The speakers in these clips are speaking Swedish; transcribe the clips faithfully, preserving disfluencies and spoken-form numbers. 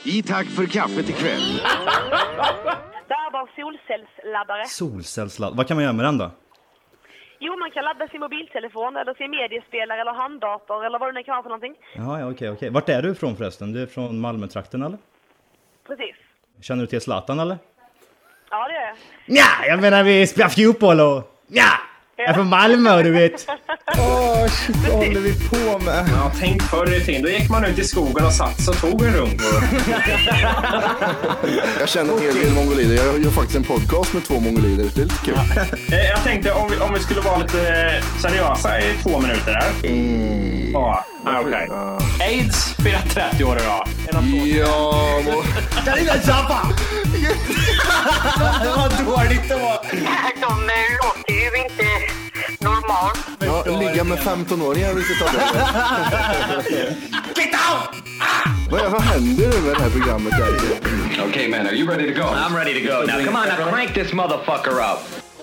I tack för kaffet ikväll. Det här var solcellsladdare. Solcellsladdare. Vad kan man göra med den då? Jo, man kan ladda sin mobiltelefon eller sin mediespelare eller handdator eller vad det nu kan vara för någonting. Ja, ja, okej, okej. Vart är du ifrån förresten? Du är från Malmötrakten, eller? Precis. Känner du till Zlatan, eller? Ja, det är jag. Ja, jag menar vi spelar fotboll och... Ja! Jag är från Malmö, du vet. Åh, oh, shit, vad håller vi på med? Ja, tänk förr i tiden. Då gick man ut i skogen och satt så tog en runk. Jag känner en hel del mongolider. Jag gör faktiskt en podcast med två mongolider. Det är lite kul. Ja. Jag tänkte om vi, om vi skulle vara lite seriösa i två minuter här. Mm. Ja, okej. Okay. Ja. AIDS firar trettio år idag. Ja, må... Kan inte zappa! Det var dåligt det var. De låter ju inte normalt. Ja, ligga med femton-åringar och inte ta det. Get out! Vad, vad händer nu med det här programmet? Okej, okay, man, are you ready to go? I'm ready to go. Now, come on, now crank this motherfucker up.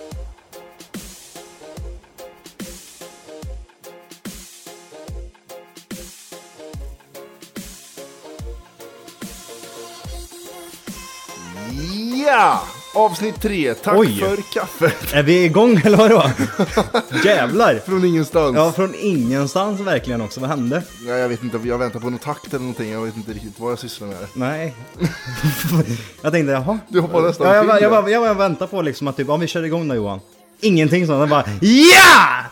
Ja! Avsnitt tre. Tack Oj. för kaffet. Är vi igång eller vad då? Jävlar. Från ingenstans. Ja, från ingenstans verkligen också. Vad hände? Ja, jag vet inte, jag väntar på något takt eller någonting. Jag vet inte riktigt vad jag sysslar med. Nej. Jag tänkte, jaha. Du hoppar nästan ja, jag, jag, till, jag, jag, jag väntar på liksom att typ, om vi kör igång då, Johan. Ingenting sånt, jag bara, ja!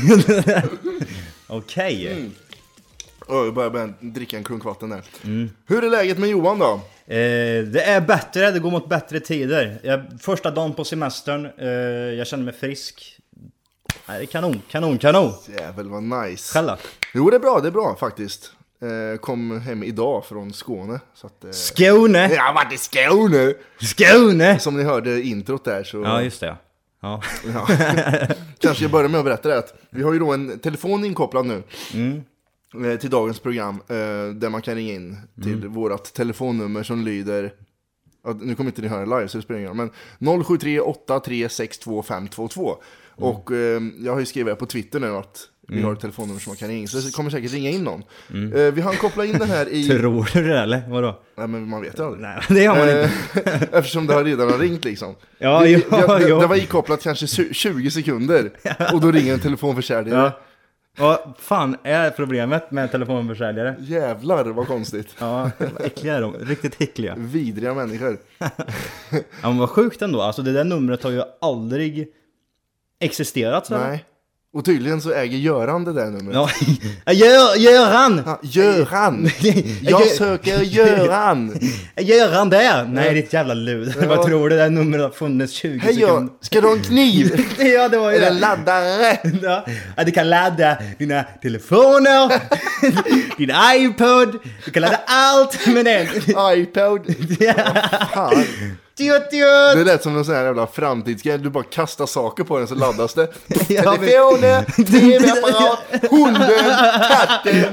Okej. Okay. Mm. Oh, jag börjar bara dricka en klunk vatten där. Mm. Hur är läget med Johan då? Eh, det är bättre, det går mot bättre tider. Jag, första dagen på semestern, eh, jag känner mig frisk. Nej, det är kanon, kanon, kanon. Jävel vad nice. Själva. Jo, det är bra, det är bra faktiskt. Eh, kom hem idag från Skåne. Så att, eh... Skåne! Ja, vart är Skåne? Skåne! Som ni hörde introt där så... Ja, just det. Ja. Ja. Kanske jag börjar med att berätta det att vi har ju då en telefon inkopplad nu. Mm. Till dagens program eh, där man kan ringa in till mm. vårat telefonnummer som lyder, ja, nu kommer inte ni höra live så det spelar ingen roll, men noll sju tre åtta tre sex två fem två två. Mm. Och eh, jag har ju skrivit på Twitter nu att vi mm. har ett telefonnummer som man kan ringa in, så det kommer säkert ringa in någon. Mm. eh, Vi har kopplat in den här i... Tror du det eller? Vadå? Nej, men man vet ju aldrig. Nej, det har man inte. Eftersom det har redan har ringt liksom. Ja, vi, ja, det, ja. det var ikopplat kanske tjugo sekunder och då ringer en telefonförsäljare. Ja. Vad fan är problemet med telefonförsäljare? Jävlar vad konstigt. Ja, äckliga är de. Riktigt äckliga. Vidriga människor. Ja, men vad sjukt ändå. Alltså det där numret har ju aldrig existerat. Så nej. Och tydligen så äger Göran det där numret. Ja, Gör, Göran! Ja, Göran! Jag söker Göran! Göran där! Nej, ditt jävla lud. Ja. Vad tror du? Det där numret har funnits tjugo Hej, sekunder. Ska du ha en kniv? Ja, det var ju eller det. Laddare? Ja, att du kan ladda dina telefoner, din iPod, du kan ladda allt med den. iPod? Ja. Fan. Det lät som någon sån här jävla framtidsgrej. Du bara kastar saker på den så laddas det. Telefoner, tv-apparat, hunden, katten.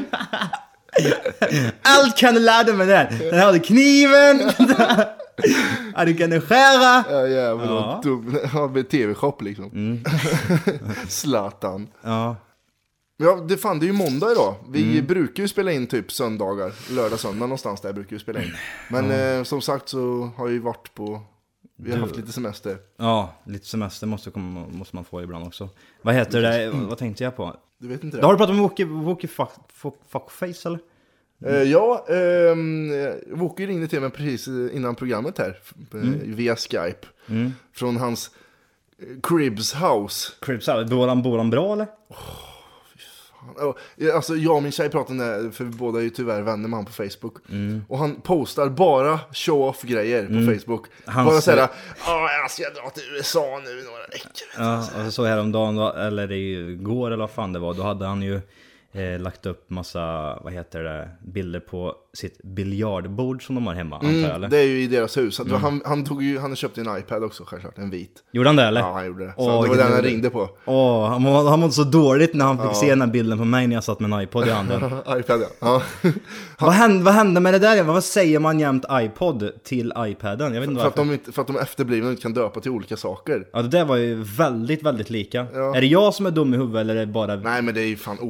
Allt kan du ladda med den. Den har du kniven. Ja, du kan skära. Ja, jävlar. Ja. Ja, med tv-shop liksom. Mm. Zlatan. Ja. Ja, det fan, det är ju måndag idag. Vi mm. brukar ju spela in typ söndagar, lördag, söndag någonstans där brukar vi spela in. Men mm. eh, som sagt så har vi varit på, vi har du... haft lite semester. Ja, lite semester måste, komma, måste man få ibland också. Vad heter det? Mm. Vad tänkte jag på? Du vet inte det. Har du pratat med Wookie, Wookie fuck, fuck, Fuckface eller? Mm. Uh, ja, uh, Wookie ringde till mig precis innan programmet här mm. via Skype. Mm. Från hans Cribs House. Cribs House, bor han, bor han bra eller? Oh. Alltså jag och min tjej pratar med, för vi båda är ju tyvärr vänner med han på Facebook. Mm. Och han postar bara show-off-grejer på mm. Facebook. Han bara säger, ja jag ska dra till U S A nu några veckor. Ja, och så, så häromdagen, då, eller igår eller vad fan det var, då hade han ju eh, lagt upp massa, vad heter det, bilder på sitt biljardbord som de har hemma, mm, antar jag, eller? Det är ju i deras hus. Mm. Han, han, tog ju, han köpte en iPad också, självklart, en vit. Gjorde han det, eller? Ja, han gjorde det. Så Åh, det var den han ringde på. Åh, han, må, han mådde så dåligt när han fick ja. se den här bilden på mig när jag satt med en iPod i handen. iPad, ja. ja. vad, hände, vad hände med det där? Vad säger man jämt iPod till iPaden? Jag vet inte för, att de inte, för att de efterblivna inte kan döpa till olika saker. Ja, det där var ju väldigt, väldigt lika. Ja. Är det jag som är dum i huvudet eller är det bara... Nej, men det är ju fan ordgrej.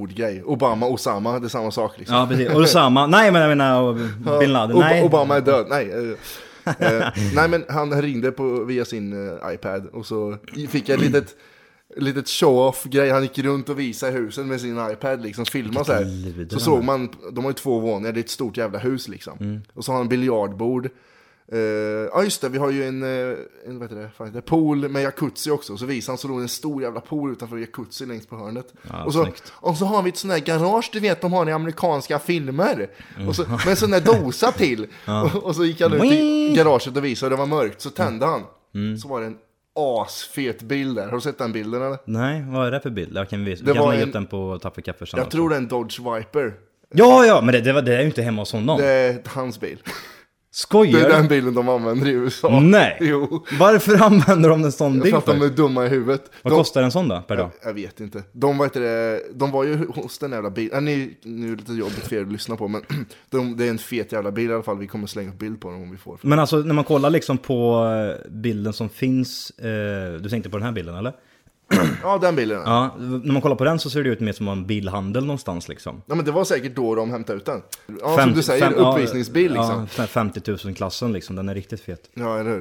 Obama, Osama, det är samma sak liksom. Ja, precis. Osama, nej men jag menar Bin Laden, nej. Obama är död, nej. eh, nej men han ringde på, via sin uh, iPad och så fick jag ett litet, litet show-off-grej. Han gick runt och visade husen med sin iPad liksom, filma så här. Så såg man, de har ju två våningar, det är ett stort jävla hus liksom. Mm. Och så har han en biljardbord. Uh, ja just det, vi har ju en, uh, en vad heter det, fan, det pool med jacuzzi också. Så visar han så då en stor jävla pool utanför jacuzzi längst på hörnet. Ja, och, så, och så har vi ett sån där garage, du vet de har i amerikanska filmer. Mm. Och så, med en sån där dosa till. Ja. och, och så gick han ut i garaget och visade och det var mörkt. Så tände han. Mm. Så var det en asfet bild där. Har du sett den bilden eller? Nej, vad är det för bild? Jag kan visa. Det kan var lägga en, upp den på Tapper Kaffe. Jag också. tror det är en Dodge Viper. Ja, ja, men det, det, var, det är ju inte hemma hos honom. Det är hans bil. Skojar. Det är den bilen de använder i U S A. Nej. Jo. Varför använder de en sån bil? För att de är dumma i huvudet. Vad de, kostar en sån då per dag? Jag, jag vet inte. De var, inte det, de var ju hos den jävla bilen. Ni, nu är det lite jobbigt för er att lyssna på. Men de, det är en fet jävla bil i alla fall. Vi kommer slänga upp bild på den om vi får. Men alltså när man kollar liksom på bilden som finns. Eh, du tänkte på den här bilden eller? Ja, den bilen. Ja, när man kollar på den så ser det ut mer som en bilhandel någonstans liksom. Ja, men det var säkert då de hämtade ut den. Ja, femtio, som du säger, fem, uppvisningsbil liksom. Ja, femtio tusen klassen liksom, den är riktigt fet. Ja, eller hur?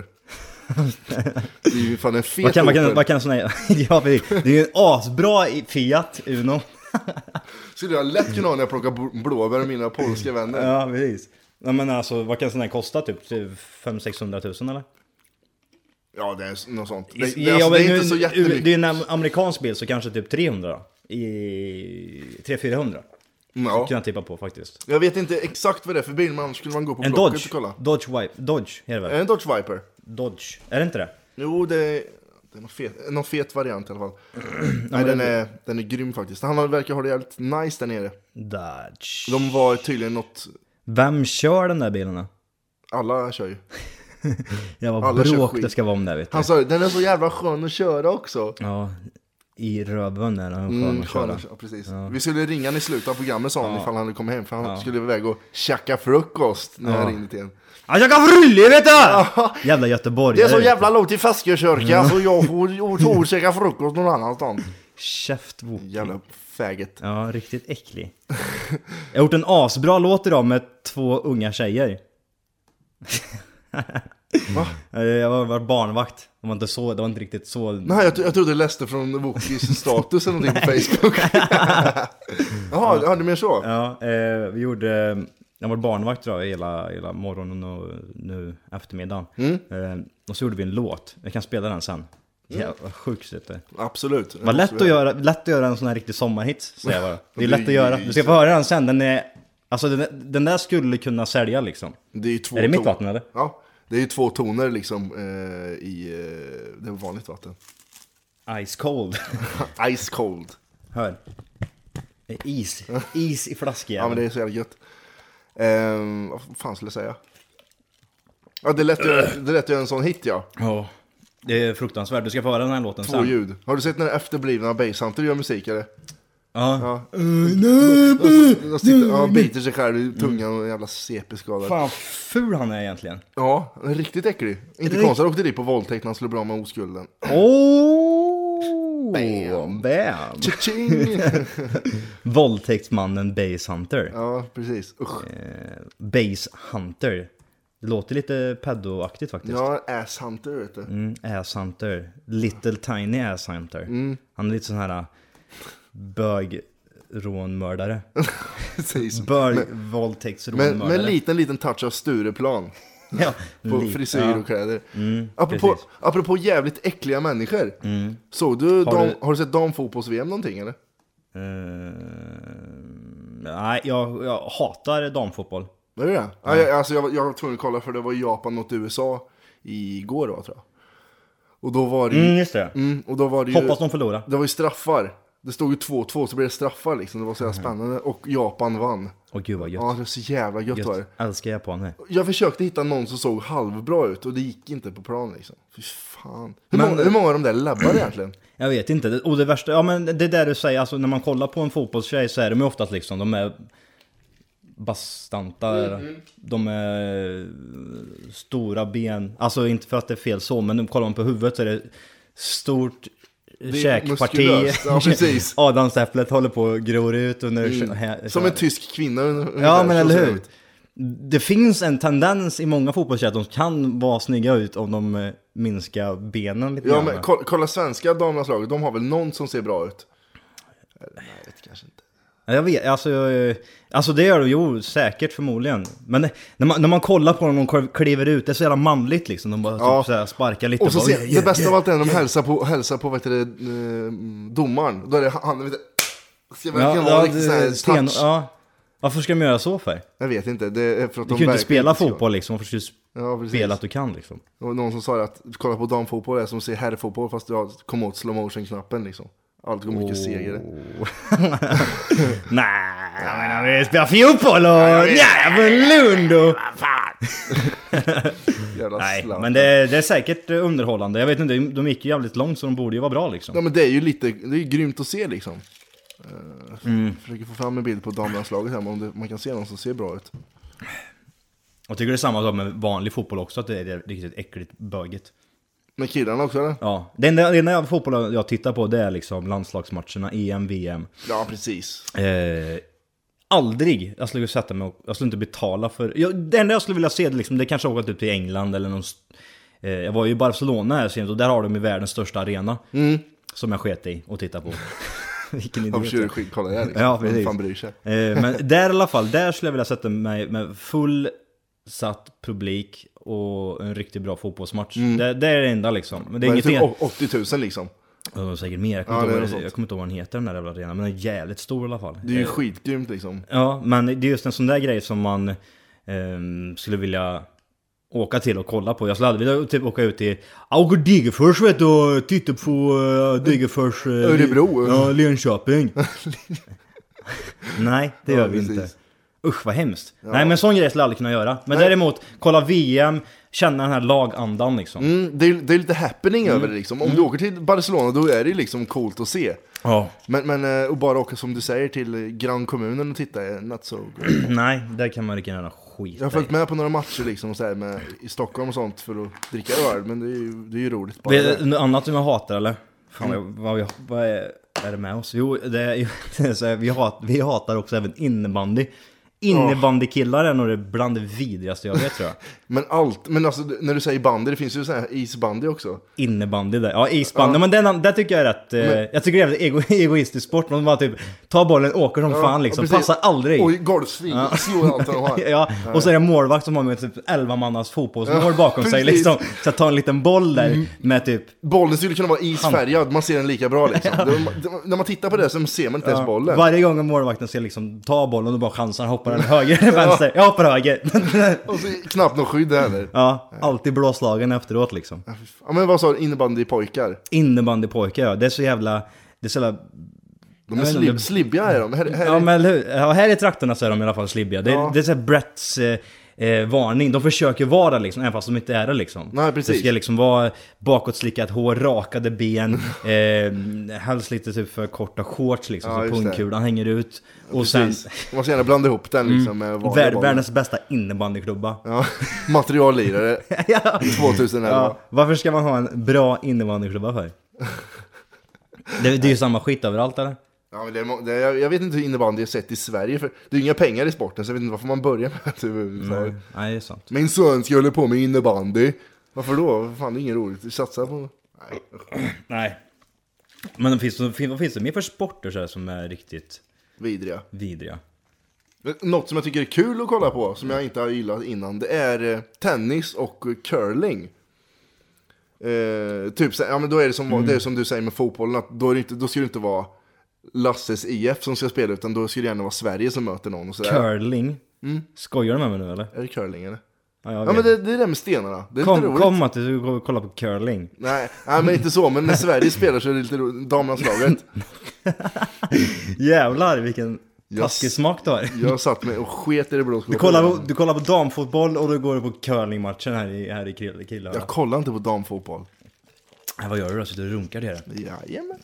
Det är ju fan en fet vad kan, vad kan, Opel. vad kan sån här, ja, det är ju en asbra Fiat Uno. Skulle jag lätt kunna ha när jag plockar blåbär med mina polska vänner. Ja, precis. Ja, men alltså, vad kan sån här kosta? Typ fem sexhundra tusen eller? Ja, det är något sånt. Det, det, ja, alltså, det är nu, inte så jättemycket. Det är en amerikansk bil så kanske typ trehundra i tre fyrahundra. Ja. Kan jag tippa på faktiskt. Jag vet inte exakt vad det är för bil, men annars skulle man gå på en Blocket Dodge. och kolla. Dodge Viper. Dodge, är det väl? En Dodge Viper. Dodge, är det inte det? Jo, det är, det är någon, fet, någon fet variant i alla fall. Nej, den är, den är grym faktiskt. Han verkar ha det jävligt nice där nere. Dodge. De var tydligen något... Vem kör den där bilen då? Alla kör ju. Jag var bråk det ska vara om det, vet du. Han sa, den är så jävla skön att köra också. Ja, i röven är den skön mm, att köra. Ja, precis. Ja. Vi skulle ringa han i slutet av programmet, sa han, ja. Ifall han hade kommit hem. För han ja. skulle iväg och tjacka frukost när ja. jag ringde till en. Han tjackar frullig, vet du! Ja. Jävla Göteborg. Det är så jävla långt till Feskekörka, mm. så jag får, får käka frukost någon annanstans. Käft, jävla fäget. Ja, riktigt äcklig. Jag har gjort en asbra låt idag med två unga tjejer. Va? Jag var, var barnvakt. Det var inte så, det var inte riktigt så. Nej, jag, jag trodde du läste från Wokis status eller någonting på Facebook. Jaha, ja, du menar så? Ja, eh, vi gjorde. Jag var barnvakt då hela, hela morgonen och nu eftermiddagen. Mm. Eh, och så gjorde vi en låt. Jag kan spela den sen. Ja, vad sjukt det. Absolut. Det var lätt att göra, lätt att göra en sån här riktig sommarhit, säger jag bara. Det är lätt att göra. Du ska få höra den sen. Den är, alltså den, den där skulle kunna sälja liksom. Det är ju två Är det mitt ton- vatten eller? Ja. Det är ju två toner liksom eh, i eh, det är vanligt vatten. Ice cold. Ice cold. Hör. Det är is. Is i flaskan. Ja, men det är så jävla gött. Eh, vad fan skulle jag säga? Ja, det är lätt att göra, det är lätt att göra en sån hit, ja. Ja. Det är fruktansvärt. Du ska få höra den här låten Två sen. ljud. Har du sett när efterblivna Basshunter gör musik eller? Ja. Ja. De sitter, ja, biter sig själv i tungan och en jävla C P-skadad. Fan ful han är egentligen. Ja, riktigt äcklig. Inte Rikt- konstigt att åkte dit på våldtäkt när han skulle bli av med oskulden. Oh! Bam. Bam! Cha-ching! Våldtäktsmannen Base Hunter. Ja, precis. Usch. Eh, Base Hunter. Det låter lite pedoaktigt faktiskt. Ja, Ass Hunter vet du. Mm, Ass Hunter. Little Tiny Ass Hunter. Mm. Han är lite sån här bög-rånmördare. Precis. Bög-våldtäktsrånmördare. Men med en liten, liten touch av Stureplan. Ja, på lite, frisyr ja. och kläder. Mm, apropå, precis. apropå jävligt äckliga människor. Mm. Så du, Har dam, du- har du sett damfotbolls-V M någonting eller? Uh, nej, jag, jag hatar damfotboll. Vad är det? Ja. Jag, alltså jag, jag var tvungen att kolla för det var Japan mot U S A igår då, tror jag. Och då var det ju, Mm, just det. mm, och då var det ju, Hoppas de förlorar. det var ju straffar. Det stod ju två två så blev det straffar liksom. Det var så jävla spännande. Och Japan vann. Åh gud vad gött. Ja, det var så jävla gött, var det. Gött. Älskar japaner. Jag försökte hitta någon som såg halvbra ut och det gick inte på plan liksom. Fy fan. Hur, Men- många, hur många av de där labbar egentligen? Jag vet inte. Det- Och det värsta, ja men det där du säger, alltså när man kollar på en fotbollstjej så är de ju oftast liksom, de är bastanta, Mm, de är stora ben, alltså inte för att det är fel så, men kollar man på huvudet så är det stort käkparti. Ja, precis. Adamsäpplet håller på och gror ut under Mm. här, Som en tysk kvinna. Ja, men eller hur? Det finns en tendens i många fotbollsspelare att de kan vara snygga ut om de eh, minskar benen lite. Ja, men kolla, kolla svenska damlandslaget, de har väl någon som ser bra ut? Eller, nej, jag vet kanske inte. Jag vet, alltså, jag, alltså det gör det ju säkert förmodligen. Men när man, när man kollar på dem och de kliver ut, det är så jävla manligt liksom. De bara Ja. typ så här sparkar lite. Och så bara, ser, yeah, det yeah, bästa yeah. av allt är när de hälsar på, hälsar på vad heter det, eh, domaren. Då är det han, vet du, ska verkligen Ja, vara ja, riktigt sån här det- sten, touch. ja. Varför ska de göra så för? Jag vet inte, det är för att Du de kan ju inte verkligen spela ska- fotboll liksom. Varför ska du Ja, precis. spela att du kan liksom? Och någon som sa att kolla på damfotboll är som att se herrfotboll fast du har kommit åt slow motion knappen liksom. Allt går mycket segare. Nej, jag menar vi spelar fotboll och jävla Lund och... Jävla Nej, slant. men det, det är säkert underhållande. Jag vet inte, de gick ju jävligt långt så de borde ju vara bra liksom. Ja, men det är ju lite, det är ju grymt att se liksom. Uh, mm. Försöker få fram en bild på damlandslaget här, men om det, man kan se någon som ser bra ut. Jag tycker det är samma sak med vanlig fotboll också, att det är riktigt äckligt bögigt. Med killarna också eller? Ja, det enda, det enda fotboll jag tittar på det är liksom landslagsmatcherna, E M, V M. Ja, precis. Eh, aldrig, jag skulle sätta mig och, jag skulle inte betala för, jag, det enda jag skulle vilja se det, liksom, det kanske åka ut till England eller någon, eh, jag var ju i Barcelona här sen och där har de ju världens största arena. Mm. Som jag sket i och titta på. Vilken Jag idiot. försöker skit, kolla det här liksom. Ja, Vem precis. fan bryr sig? Eh, men där i alla fall, där skulle jag vilja sätta mig med full satt publik och en riktigt bra fotbollsmatch. Mm. Det, det är det enda liksom. Men det är Men inget typ mer. åttio tusen liksom. Ja, säkert mer. Jag kommer, Ja, inte det är ihåg, något vad- sånt. jag kommer inte ihåg vad den heter, den där jävla arenan. Men den är jävligt stor i alla fall. Det är ju Eh, skitgrymt liksom. Ja, men det är just en sån där grej som man ehm, skulle vilja åka till och kolla på. Jag skulle aldrig vilja typ åka ut till Auger Degerfors, vet du, och titta på uh, Degerfors. Uh, Örebro. Ja, Linköping. Nej, det gör Ja, vi precis. inte. Usch, vad hemskt. Nej, men sån grej skulle jag aldrig kunna göra. Men däremot, kolla V M, känna den här lagandan liksom. Mm, det, är, det är lite happening över det liksom. Om du åker till Barcelona då är det liksom coolt att se. Ja. Men, men eh, och bara åka som du säger till grannkommunen och titta är not so good. Nej, där kan man lika gärna skita. Jag har följt med på några matcher liksom så här med, i Stockholm och sånt för att dricka öl, men det är ju, det är ju roligt bara. Vet det. du något annat som jag hatar eller? Fan, vad, vad, vad är, är det med oss? Jo, det är, ju- det är så här, vi, hat, vi hatar också även innebandy. Innebandykillar är nog det bland det vidrigaste jag vet, tror jag. Men allt, men alltså när du säger bandy, det finns ju så här isbandy också. Innebandy där. Ja, isbandy. Ja. Men den, det tycker jag är rätt... Men, jag tycker det är ego, egoistisk sport. Man bara typ tar bollen, åker som Ja, fan liksom. precis. Passar aldrig. Och golfsving, ja. Slår allt de har. Ja, och så är det en målvakt som har med typ elva mannas fotbollsmål Ja, bakom sig precis. liksom. Så att ta en liten boll där med typ... Bollen skulle kunna vara isfärgad, man ser den lika bra liksom. det, det, när man tittar på det så ser man inte ens bollen. Varje gång en målvakten ska liksom ta bollen och bara chansar, hoppar den höger eller vänster. Jag hoppar höger. Och så knappt någon skydd heller. Ja, alltid blåslagen efteråt liksom. Ja, men vad sa du, innebandy pojkar? Innebandypojkar, ja. Det är så jävla... Det är så jävla... De är Jag vet slib, inte. slibbiga är de. Här, här Ja, är, men eller hur? Ja, här i trakterna så är de i alla fall slibbiga. Det, Ja. det är så här Bretts eh, eh, varning. De försöker vara liksom, även fast de inte är det liksom. Nej, precis. Det ska liksom vara bakåtslickat hår, rakade ben, eh, helst lite typ för korta shorts liksom, Ja, så just det. pungkulan hänger ut. Och precis. sen Man måste gärna blanda ihop den liksom med vanliga vär, bollar. världens bästa innebandyklubba. Ja, materiallirare Ja. tvåtusen elva. Ja, varför ska man ha en bra innebandyklubba för? Det, det är ju samma skit överallt, eller? Ja, men det är, må- det är, jag- jag vet inte hur innebandy är sett i Sverige, för det är ju inga pengar i sporten, så jag vet inte varför man börjar med det överhuvudtaget. Nej, det är sant. Min son ska hålla på med innebandy. Varför då? Fan, det är inget roligt. Satsa på... Nej, usch. Nej. Men det finns, vad finns det mer för sporter så här som är riktigt Vidriga. vidriga? Något som jag tycker är kul att kolla på, som jag inte har gillat innan, det är eh, tennis och eh, curling. Eh, typ så, ja men då är det som, Mm. det är som du säger med fotbollen, att då, är det inte, då ska det inte vara Lasses I F som ska spela, utan då ska det gärna vara Sverige som möter någon. Och så där. Curling? Skojar du med mig nu eller? Är det curling eller? Ja, jag Ja, vet. men det, det är det med stenarna. Det är Kom, lite roligt. kom att du går och kollar på curling. Nej, nej, men inte så, men när Sverige spelar så är det lite roligt. Damlandslaget. Jävlar vilken Jag- taskig smak du har. Jag satt med och sket i det blå. Du kollar, på, du kollar på damfotboll och du går på curlingmatchen här i, här i Krill- Killarna. Jag kollar inte på damfotboll. Nej, vad gör du då? Sitter du och runkar det? Jajamän.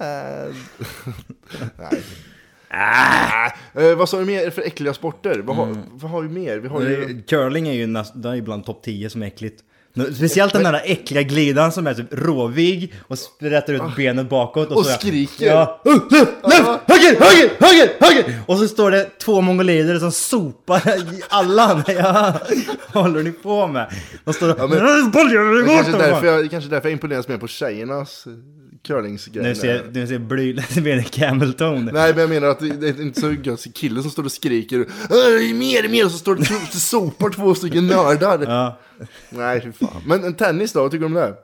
Nej. Ah. Eh, vad sa du mer för äckliga sporter? Vad, har, vad har vi mer? Vi har ju... Mm. Curling är ju näst, det är ju bland topp tio som är äckligt. Speciellt den där äckliga glidan som är typ råvig och sprätter ut benet bakåt. Och, Och så skriker. Ja. Uh, left, left, höger, höger, höger, höger. Och så står det två mongolider som sopar i alla. Ja, håller ni på med? De står och... Ja, men, det kanske därför jag, kanske därför jag imponeras mer på tjejernas curlingsgrejer. Nu ser, nu ser bly, det blir en camel tone. Nej, men jag menar att det är inte så gött killen som står och skriker "Öj, mer, mer", och så står det och sopar två stycken nördar. Ja. Nej, fy fan. Men en tennis då, vad tycker du om det?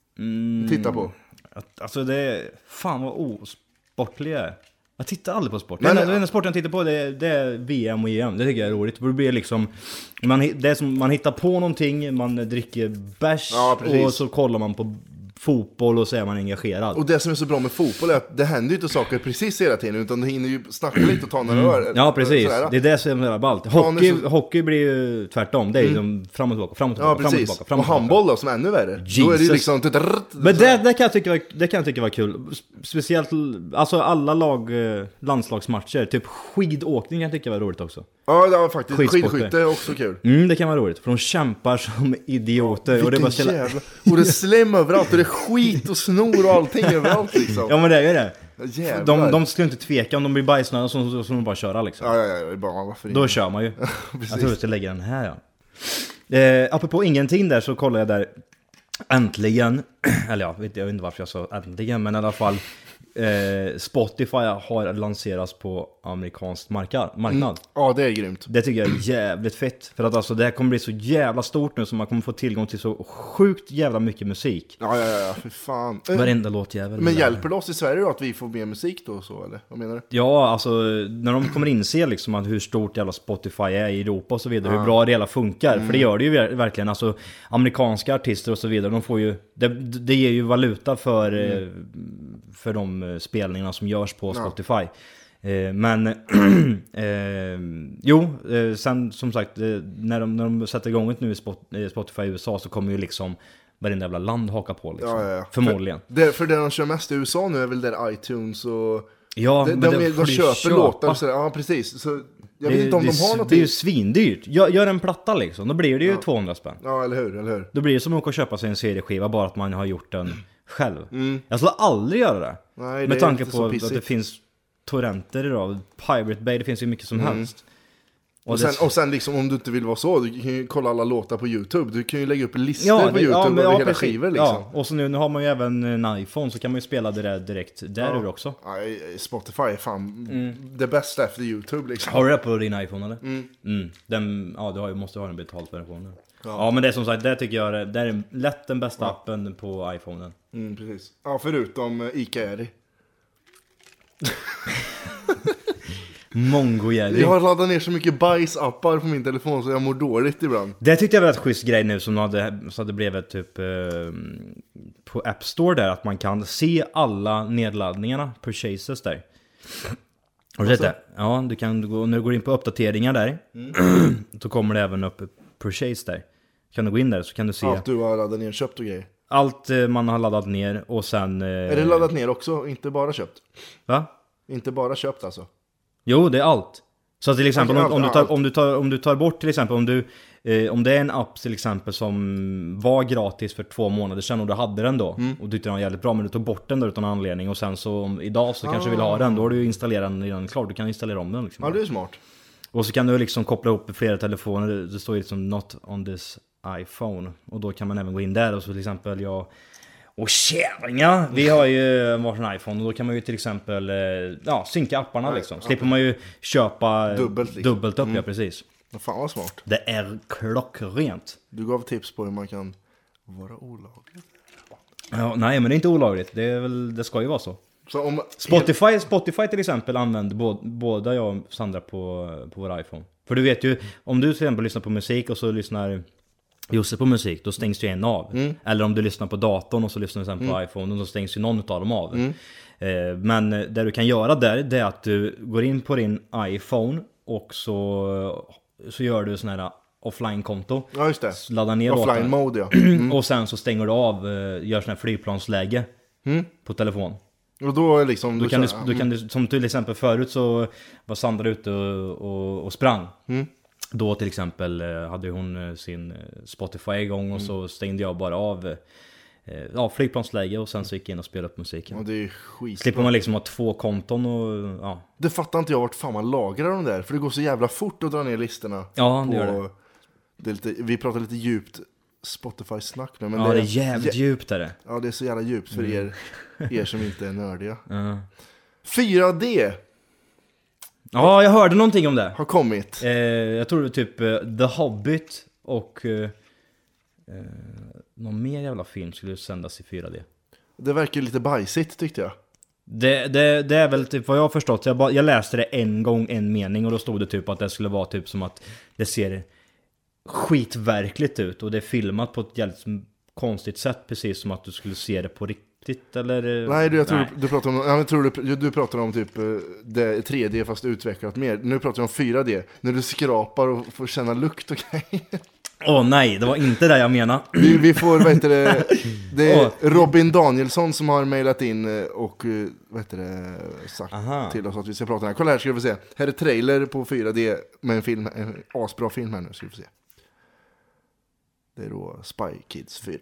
Mm, Titta på. Alltså det är... Fan vad osportlig jag är. Jag tittar aldrig på sport. Men- Den enda sporten jag tittar på det är, det är V M och E M. Det tycker jag är roligt. Det blir liksom... Man, det är som, man hittar på någonting, man dricker bärs Ja, precis. och så kollar man på fotboll och så är man engagerad. Och det som är så bra med fotboll är att det händer ju inte saker precis hela tiden, utan det hinner ju snacka lite och ta några rör. Ja, precis. Sådär. Det är det som är så ballt. Fan, Hockey, det är så- hockey blir ju tvärtom. Det är ju som fram och tillbaka, fram och Ja, tillbaka, fram och precis. tillbaka, fram Och och tillbaka. handboll då, som är ännu värre. Då är det ju Jesus. liksom... Men det, det, kan jag tycka var, det kan jag tycka var kul. Speciellt, alltså alla lag, eh, landslagsmatcher. Typ skidåkning kan jag tycka var roligt också. Ja, det var faktiskt. Skidsporter. Skidskytte är också kul. Mm, det kan vara roligt. För de kämpar som idioter. och det är bara Vilken ställa... jävla... Och det är slem överallt, och det är skit och snor och allting överallt liksom. Ja, men det är ju det. Jävlar. De, de skulle inte tveka om de blir bajsnödiga, så, så, så de bara köra liksom. Ja, ja, ja, det är bara, varför Då inte? kör man ju. Precis. Jag tror att jag lägger den här, ja. Eh, apropå ingenting där så kollar jag där äntligen, eller ja, vet- jag vet inte varför jag sa äntligen, men i alla fall eh, Spotify har lanserats på amerikansk marknad. marknad. Ja, det är grymt. Det tycker jag är jävligt fett. För att alltså det här kommer bli så jävla stort nu, så man kommer få tillgång till så sjukt jävla mycket musik. Ja, ja, ja, för fan. Eh, Varenda låtjävel. Men hjälper det oss i Sverige då att vi får mer musik då, så, eller? Vad menar du? Ja, alltså när de kommer inse liksom att hur stort jävla Spotify är i Europa och så vidare, hur bra det hela funkar, Mm. för det gör det ju ver- verkligen, alltså amerikanska artister och så vidare, de får ju, det, det ger ju valuta för, Mm. eh, för de eh, spelningarna som görs på Spotify. Eh, men eh, jo, eh, sen som sagt, eh, när, de, när de sätter igång det nu i Spot, eh, Spotify i U S A, så kommer ju liksom varenda jävla land haka på liksom. Ja, ja, ja. Förmodligen. För det, för det de kör mest i U S A nu är väl där iTunes och... Ja, de, men de, det de, får de du köper köpa. låtar och sådär. Ja, precis. Så jag vet Det, inte om det, de har det är någonting. ju svindyrt. Gör, gör en platta liksom, då blir det ju tvåhundra spänn. Ja, eller hur, eller hur? Då blir det som att åka och köpa sig en serieskiva, bara att man har gjort den själv. Jag skulle aldrig göra det. Nej, det Med är tanke inte så på att pissigt. det finns torrenter idag. Pirate Bay, det finns ju mycket som helst. Och det- sen, och sen liksom, om du inte vill vara så, du kan ju kolla alla låtar på YouTube. Du kan ju lägga upp listor Ja, på det- YouTube ja, men- över ja, hela precis. skivor liksom. Ja, och så nu, nu har man ju även en iPhone, så kan man ju spela det där direkt där ur också. Ja, Spotify är fan det bästa efter YouTube liksom. Har du det på din iPhone eller? Mm. mm. Den, ja, du har, ju- måste ha den betalt version nu. Ja. ja, men det är som sagt, det tycker jag är, det är lätt den bästa appen på iPhonen. Mm, precis. Ja, förutom uh, Ica Eri. Mongo Jerry. Jag har laddat ner så mycket bajsappar på min telefon så jag mår dåligt ibland. Det tyckte jag var ett schysst grej nu som hade, så det blev ett typ eh, på App Store där, att man kan se alla nedladdningarna, purchases där. Har du sett det? Ja, du kan gå, när du går in på uppdateringar där, så kommer det även upp purchase där. Kan du gå in där så kan du se Allt allt, du har laddat ner, köpt och grejer. eh, man har laddat ner och sen... Eh, Är det laddat ner också? Inte bara köpt? Va? Inte bara köpt alltså? Jo, det är allt. Så till exempel Okej, om, om, du allt, tar, allt. om, du tar, om du tar bort till exempel om du eh, om det är en app till exempel som var gratis för två månader sedan och du hade den då Mm. och du tyckte den var jävligt bra, men du tog bort den då utan anledning, och sen så om, idag så kanske du vill ha den, då har du ju installerat den redan klar, du kan installera om den liksom. Ja, det är smart. Och så kan du liksom koppla ihop flera telefoner, det, det står ju liksom not on this iPhone, och då kan man även gå in där och så till exempel jag och kärringar, vi har ju varsin iPhone och då kan man ju till exempel eh, ja, synka apparna liksom. Slipper man ju köpa Dubbelt, liksom. dubbelt upp, ja precis. Ja, fan vad smart. Det är klockrent. Du gav tips på hur man kan vara olaglig. Ja, nej, men det är inte olagligt. Det, är väl, det ska ju vara så. Så om... Spotify, Spotify till exempel använder bo, båda jag och Sandra på, på vår iPhone. För du vet ju, om du till exempel lyssnar på musik och så lyssnar Josse på musik, då stängs ju en av. Mm. Eller om du lyssnar på datorn och så lyssnar du sen på iPhone, och då stängs ju någon av dem av. Mm. Eh, men det du kan göra där, det är att du går in på din iPhone och så, så gör du sån här offline-konto. Ja, just det. Laddar ner Offline låtar. mode, ja. Mm. Och sen så stänger du av, eh, gör sån här flygplansläge på telefon. Och då är liksom... Då kan, du, så här, då kan du, som till exempel förut så var Sandra ute och, och, och sprang. Mm. Då till exempel hade hon sin Spotify igång och så stängde jag bara av ja, flygplansläge och sen så gick jag in och spelade upp musiken. Ja, det är skit. Slipper man liksom ha två konton och ja. Det fattar inte jag vart fan man lagrar dem där. För det går så jävla fort att dra ner listorna. Ja, det på, gör det. det är lite, vi pratar lite djupt Spotify-snack nu. Men ja, det är, det är jävligt jä- djupt är det. Ja, det är så jävla djupt för mm. er, er som inte är nördiga. Ja. fyra D Ja, jag hörde någonting om det. har kommit. Eh, jag tror det var typ eh, The Hobbit och eh, eh, någon mer jävla film skulle sändas i fyra D. Det verkar lite bajsigt tyckte jag. Det, det, det är väl typ vad jag har förstått. Jag, bara, jag läste det en gång, en mening, och då stod det typ att det skulle vara typ som att det ser skitverkligt ut och det är filmat på ett jävligt konstigt sätt, precis som att du skulle se det på riktigt eller... Nej, du, jag tror Nej. Du, du pratar om, ja, jag tror du, du pratar om typ det tre D fast utvecklat mer. Nu pratar jag om fyra D. När du skrapar och får känna lukt och grejer. Åh oh, nej, det var inte det jag menade. Vi, vi får, vad heter det, det är oh. Robin Danielsson som har mejlat in och, vad heter det, sagt Aha. till oss att vi ska prata här. Kolla här ska vi se. Här är trailer på fyra D med en film, en asbra film här nu ska vi få se. Det är då Spy Kids fyra.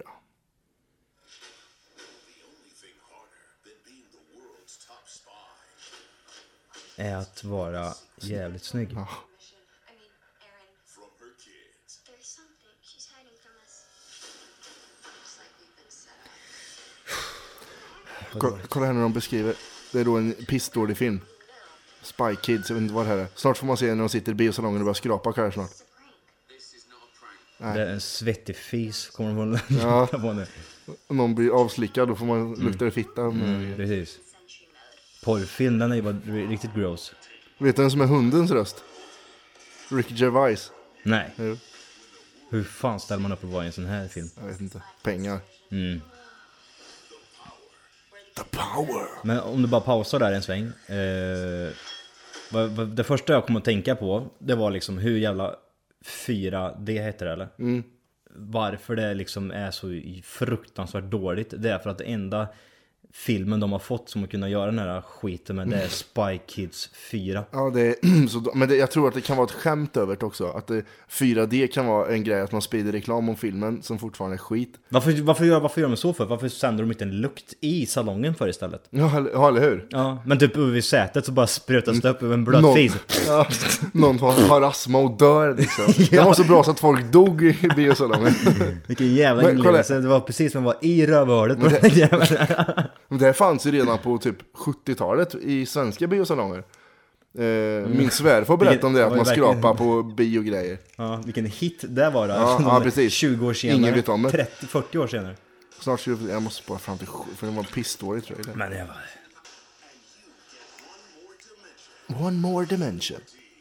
Är att vara jävligt snygg. Ja. Kolla, kolla här när de beskriver. Det är då en pissdålig film. Spy Kids, jag vet inte vad det här är. Snart får man se när de sitter i biosalongen och börjar skrapa här snart. Nej. Det är en svettig fis. Kommer de ja. på nu. Om någon blir avslickad då får man mm. lukta det fitta. Mm, precis. Porrfilm, den är ju bara riktigt gross. Vet du vem som är hundens röst? Ricky Gervais. Nej. Jo. Hur fan ställer man upp att vara i en sån här film? Jag vet inte. Pengar. Mm. The power. Men om du bara pausar där en sväng. Eh, vad, vad, det första jag kom att tänka på, det var liksom hur jävla fyra D heter det, eller? Mm. Varför det liksom är så fruktansvärt dåligt. Det är för att det enda filmen de har fått som att kunna göra den här skiten med, det är Spy Kids fyra. Ja, det är, så, men det, jag tror att det kan vara ett skämt över det också. Att det, fyra D kan vara en grej att man sprider reklam om filmen som fortfarande är skit. Varför, varför, gör, varför gör de så för? Varför sänder de inte en lukt i salongen för istället? Ja, eller, eller hur? Ja, men typ över sätet så bara sprutas det upp över en blöd någon, fis. Ja, någon har, har astma och dör liksom. ja. Det var så bra så att folk dog i biosalongen. Vilken jävla inlevelse. Det var precis som var i rövhålet. Men det, men det fanns ju redan på typ sjuttiotalet i svenska biosalonger. Eh, mm. Min svärfar berättade om det, att man skrapar på biogrejer. Ja, vilken hit det var då. Ja, ja, precis. tjugo år senare. Ingen vet om det. trettio fyrtio år senare. Snart ska jag, jag måste spara fram till sju, för det var pissdålig tror jag. Men det var... One more dimension.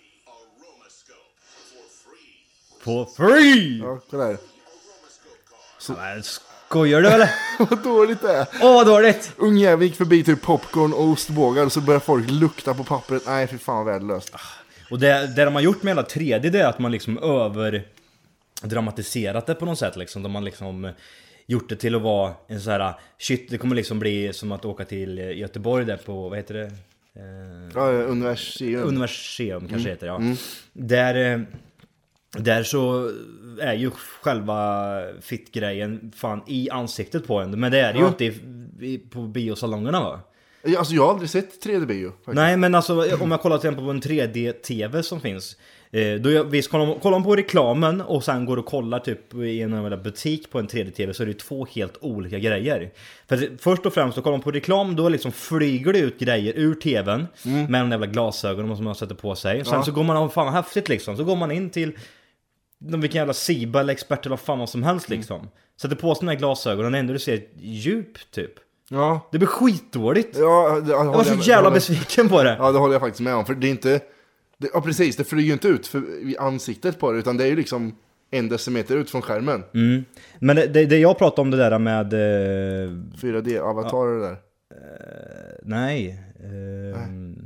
For free! Ja, kolla här. Så... Ja, skojar du eller? Vad dåligt det är. Åh, vad dåligt! Ungjävel gick förbi typ popcorn och ostbågar och så börjar folk lukta på pappret. Nej, för fan värdelöst. Och det, det de har gjort med hela tre D, det är att man liksom över dramatiserat det på något sätt liksom. De har liksom gjort det till att vara en så här shit, det kommer liksom bli som att åka till Göteborg där på, vad heter det? Eh, ja, universium. Universium kanske mm. heter, ja. Mm. Där... Där så är ju själva fittgrejen fan i ansiktet på en. Men det är det ja. ju inte i, i, på biosalongerna va? Ja, alltså jag har aldrig sett tre D-bio faktiskt. Nej men alltså om jag kollar till exempel på en tre D-tv som finns eh, då jag, visst kollar, kollar man på reklamen och sen går och kollar typ i en butik på en tre D-tv, så är det två helt olika grejer. För först och främst så kollar man på reklam, då liksom flyger det ut grejer ur tvn mm. med de jävla glasögonen som man sätter på sig. Och sen ja. så går man, oh, fan vad häftigt liksom, så går man in till vilken jävla Siba eller expert eller vad fan som helst liksom. Mm. Sätter på sig de här glasögonen och ändå du ser djup typ. Ja. Det blir skitdåligt. Ja, det, jag var så jävla håller, besviken på det. Ja, det håller jag faktiskt med om. För det är inte... Det, ja, precis. Det flyger ju inte ut för, i ansiktet på det. Utan det är ju liksom en decimeter ut från skärmen. Mm. Men det, det, det jag pratade om det där med... Eh, fyra D-avatarer ja. där. Eh, nej. Eh, nej.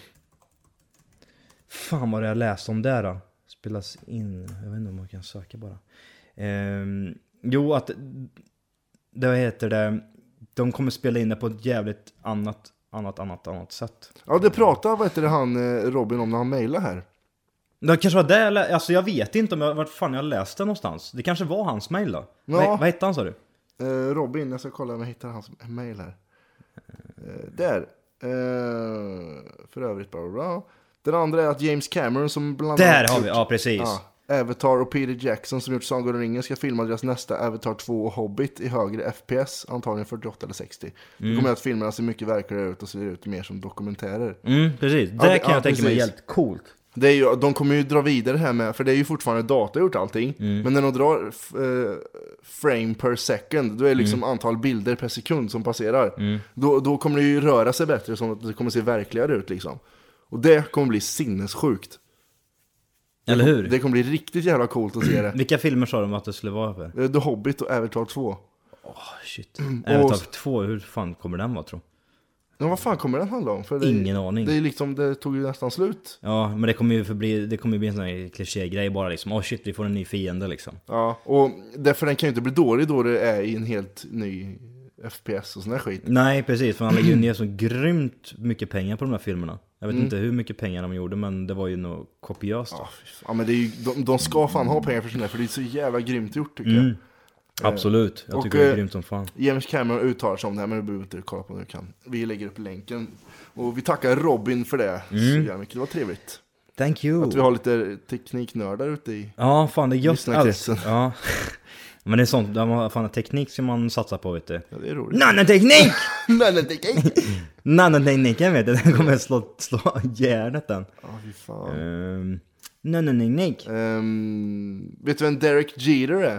Fan vad det jag läste om där då. Spelas in. Jag vet inte om man kan söka bara. Eh, jo, att... Det heter det... De kommer spela in det på ett jävligt annat, annat, annat, annat sätt. Ja, det pratar vad heter det, han Robin om när han mejlar här. Det kanske var det, eller, alltså jag vet inte om jag, vart fan jag läste någonstans. Det kanske var hans mail då. Ja. Vad, vad hette han, sa du? Uh, Robin, jag ska kolla om jag hittar hans mail här. Uh, där. Uh, för övrigt bra, bra. Den andra är att James Cameron som bland Där annat har vi, gjort, ja precis. ja, Avatar och Peter Jackson som gjort Sagan om ringen ska filma deras nästa Avatar två och Hobbit i högre F P S, antagligen fyrtioåtta eller sextio. Mm. Det kommer att filmerna ser mycket verkligare ut och ser ut mer som dokumentärer. Mm, precis. Det, ja, det kan ja, jag tänka mig precis. helt coolt. Det är ju, de kommer ju dra vidare här med, för det är ju fortfarande data gjort allting. Mm. Men när de drar uh, frame per second, då är det liksom mm. antal bilder per sekund som passerar. Mm. Då, då kommer det ju röra sig bättre, som att det kommer se verkligare ut liksom. Och det kommer bli sinnessjukt. Eller hur? Det kommer bli riktigt jävla coolt att se det. Vilka filmer sa de att det skulle vara för? The Hobbit och Avatar två. Åh, oh, shit. Avatar två, hur fan kommer den vara, tror? Ja, vad fan kommer den handla om? För det, Ingen aning. Det är liksom, det tog ju nästan slut. Ja, men det kommer ju förbli, det kommer ju bli en sån här klichégrej bara liksom. Åh oh, shit, vi får en ny fiende liksom. Ja, och därför den kan ju inte bli dålig då det är i en helt ny F P S och sån här skit. Nej, precis, för han lägger ju ner så grymt mycket pengar på de här filmerna. Jag vet mm. inte hur mycket pengar de gjorde, men det var ju nog kopiöst. Ja, ja, men det är ju, de, de ska fan ha pengar för sådana här, för det är så jävla grymt gjort tycker mm. jag. Absolut, jag och, tycker det är grymt som fan. James Cameron uttalar sig om det här, men du behöver inte kolla på det nu kan. Vi lägger upp länken. Och vi tackar Robin för det. Mm. Så jävla mycket, det var trevligt. Thank you. Att vi har lite tekniknördar ute i. Ja, fan det är just allt. Ja. Men det är sånt, det var fan en teknik som man satsar på, vet du. Ja, det är roligt. Nanoteknik! Nanoteknik! Nanotekniken, vet du, den kommer slå, slå hjärnet den. Ja, fy fan. Um, Nanoteknik. Um, vet du vem Derek Jeter är?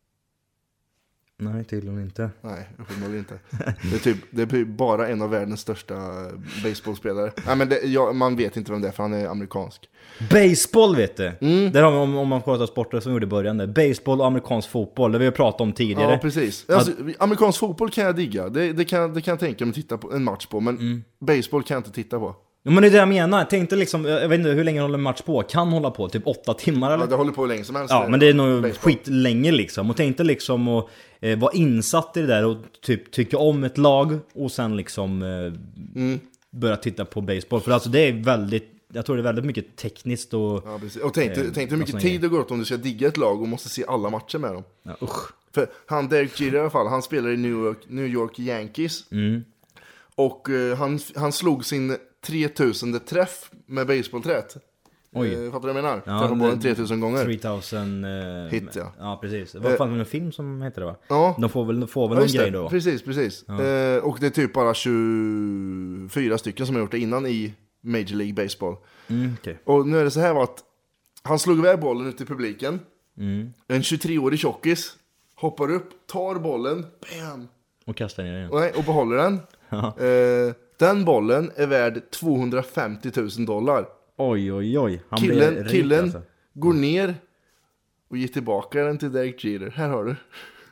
Nej, tydligen inte. Nej, uppenbarligen inte. Det är, typ, det är typ bara en av världens största baseballspelare. Nej, men det, ja, man vet inte vem det är, för han är amerikansk. Baseball, vet du. Mm. Där har vi, om, om man pratar sporter som gjorde i början där. Baseball och amerikansk fotboll, det vi har pratat om tidigare. Ja, precis. Alltså, amerikansk fotboll kan jag digga. Det, det, kan, det kan jag tänka mig att titta på en match på. Men mm. baseball kan jag inte titta på. Ja, men det är det jag menar. Tänkte liksom, jag vet inte hur länge håller en match på. Kan hålla på, typ åtta timmar eller? Ja, det håller på länge som helst. Ja, men det är nog baseball. Skit länge liksom. Och tänkte liksom att eh, vara insatt i det där och typ tycka om ett lag och sen liksom eh, mm. börja titta på baseball. För alltså det är väldigt, jag tror det är väldigt mycket tekniskt och... Ja, precis. Och tänk, eh, tänk hur mycket tid det går åt om du ska digga ett lag och måste se alla matcher med dem. Ja, usch. För han, Derek Jeter i alla fall, han spelar i New York, New York Yankees. Mm. Och uh, han, han slog sin tretusende träff med baseballträt. Oj. Uh, fattar du vad jag menar? Ja, Träffade bollen tretusen gånger. tretusen uh, hit, ja. Ja, precis. Det var fan uh, en film som heter det, va? Ja. De får väl, de får väl ja, någon grej då. Precis, precis. Ja. Uh, och det är typ bara tjugofyra stycken som har gjort det innan i Major League Baseball. Mm, okay. Och nu är det så här att han slog iväg bollen ut i publiken. Mm. En tjugotreårig tjockis hoppar upp, tar bollen, bam! Och kastar ner den igen. Nej, och behåller den. uh, Den bollen är värd tvåhundrafemtio tusen dollar. Oj, oj, oj. Han killen rik, killen alltså. går ner och ger tillbaka den till Derek Jeter. Här har du.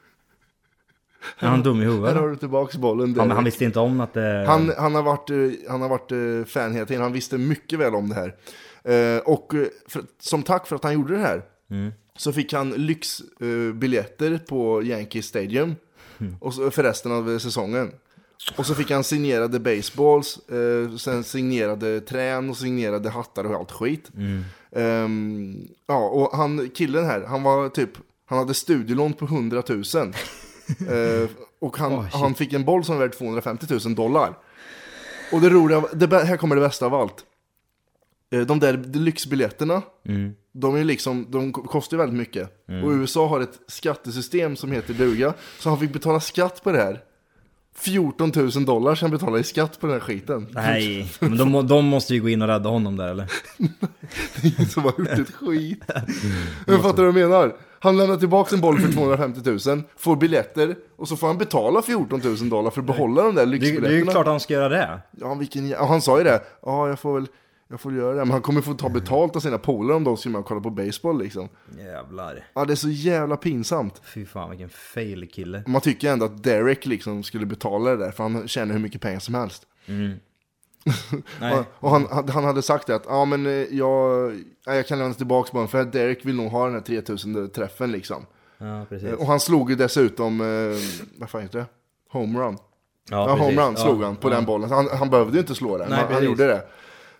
Är han dum i huvudet? Här har du tillbaka bollen. Han, han visste inte om att det... Han, han har varit, han har varit fan hela tiden. Han visste mycket väl om det här. Uh, och för, som tack för att han gjorde det här mm. så fick han lyxbiljetter uh, på Yankee Stadium mm. och så, för resten av säsongen. Och så fick han signerade baseballs, uh, sen signerade trän och signerade hattar och allt skit. Mm. Um, ja, och han, killen här, han var typ, han hade studielån på hundratusen. uh, och han, oh, han fick en boll som var värd tvåhundrafemtio tusen dollar. Och det roliga, det, här kommer det bästa av allt. De där lyxbiljetterna, mm. de är liksom, de kostar ju väldigt mycket. Mm. Och U S A har ett skattesystem som heter duga. Så han fick betala skatt på det här. fjorton tusen dollar som han betalade i skatt på den här skiten. Nej, men de, de måste ju gå in och rädda honom där, eller? Det är ingen som har gjort ett skit. Men fattar du vad jag menar? Han lämnar tillbaka en boll för tvåhundrafemtio tusen, får biljetter och så får han betala fjorton tusen dollar för att behålla de där lyxbiljetterna. Det, det är ju klart han ska göra det. Ja, vilken, ja, han sa ju det. Ja, jag får väl... Jag får göra det, men han kommer få ta betalt av sina polare om de ska man kolla på baseball liksom. Jävlar. Ja, det är så jävla pinsamt. Fy fan, vilken fail kille. Man tycker ändå att Derek liksom skulle betala det där, för han tjänar hur mycket pengar som helst. Mm. Nej. och och han, han hade sagt det att ja, men jag, jag kan lämna tillbaka bara för att Derek vill nog ha den här tretusen träffen liksom. Ja, precis. Och han slog ju dessutom, eh, vad fan heter det? Home run. Ja, ja home run slog ja. han på ja. den bollen. Han, han behövde ju inte slå den, Nej, han, han gjorde det.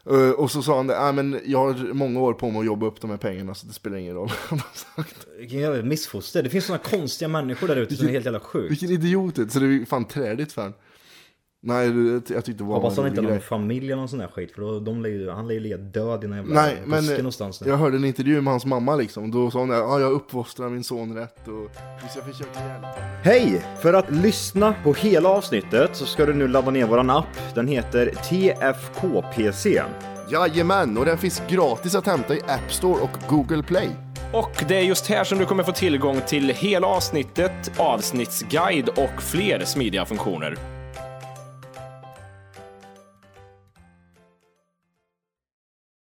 Uh, och så sa han det, äh, men jag har många år på mig att jobba upp de här pengarna så det spelar ingen roll. Vilken jävla missfoster. Det finns sådana konstiga människor där ute som är helt jävla sjukt. Vilken idiot, så det är fan trädigt för han. Nej, jag tyckte det var hoppas han inte har någon grej. familj eller någon sån där skit. För då, de lär, han lär ju ligga död i den jävla Nej, men någonstans där. Jag hörde en intervju med hans mamma liksom. Då sa hon att ah, jag uppfostrar min son rätt och jag försöker hjälpa. Hej! För att lyssna på hela avsnittet så ska du nu ladda ner våran app. Den heter T F K P C. Jajamän, och den finns gratis att hämta i App Store och Google Play. Och det är just här som du kommer få tillgång till hela avsnittet, avsnittsguide och fler smidiga funktioner.